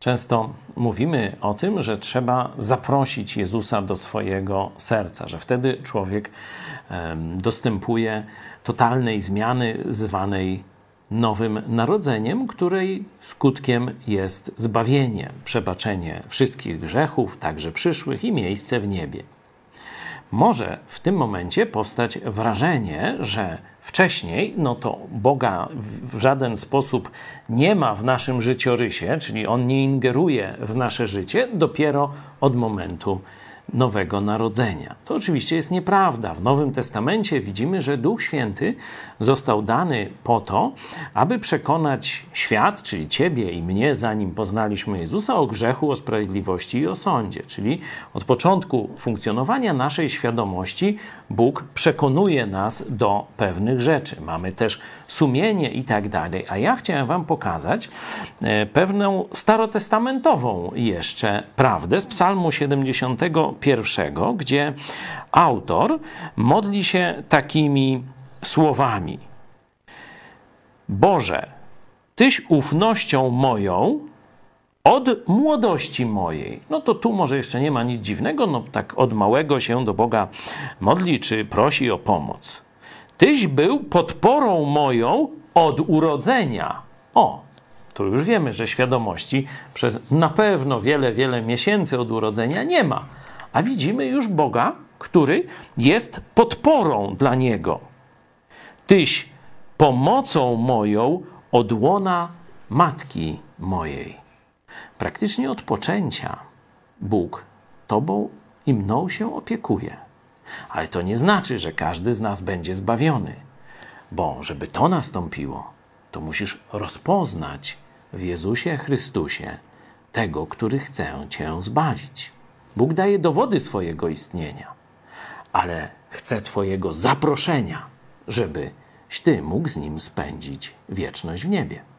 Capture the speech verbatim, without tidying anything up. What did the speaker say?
Często mówimy o tym, że trzeba zaprosić Jezusa do swojego serca, że wtedy człowiek dostępuje totalnej zmiany zwanej nowym narodzeniem, której skutkiem jest zbawienie, przebaczenie wszystkich grzechów, także przyszłych, i miejsce w niebie. Może w tym momencie powstać wrażenie, że wcześniej no to Boga w żaden sposób nie ma w naszym życiorysie, czyli On nie ingeruje w nasze życie dopiero od momentu Nowego Narodzenia. To oczywiście jest nieprawda. W Nowym Testamencie widzimy, że Duch Święty został dany po to, aby przekonać świat, czyli ciebie i mnie, zanim poznaliśmy Jezusa, o grzechu, o sprawiedliwości i o sądzie. Czyli od początku funkcjonowania naszej świadomości Bóg przekonuje nas do pewnych rzeczy. Mamy też sumienie i tak dalej. A ja chciałem wam pokazać pewną starotestamentową jeszcze prawdę z Psalmu siedemdziesiątego pierwszego, gdzie autor modli się takimi słowami: Boże, Tyś ufnością moją od młodości mojej. No to tu może jeszcze nie ma nic dziwnego, no tak od małego się do Boga modli czy prosi o pomoc. Tyś był podporą moją od urodzenia. O, tu już wiemy, że świadomości przez na pewno wiele, wiele miesięcy od urodzenia nie ma. A widzimy już Boga, który jest podporą dla niego. Tyś pomocą moją od łona matki mojej. Praktycznie od poczęcia Bóg tobą i mną się opiekuje. Ale to nie znaczy, że każdy z nas będzie zbawiony. Bo żeby to nastąpiło, to musisz rozpoznać w Jezusie Chrystusie tego, który chce cię zbawić. Bóg daje dowody swojego istnienia, ale chce twojego zaproszenia, żebyś ty mógł z Nim spędzić wieczność w niebie.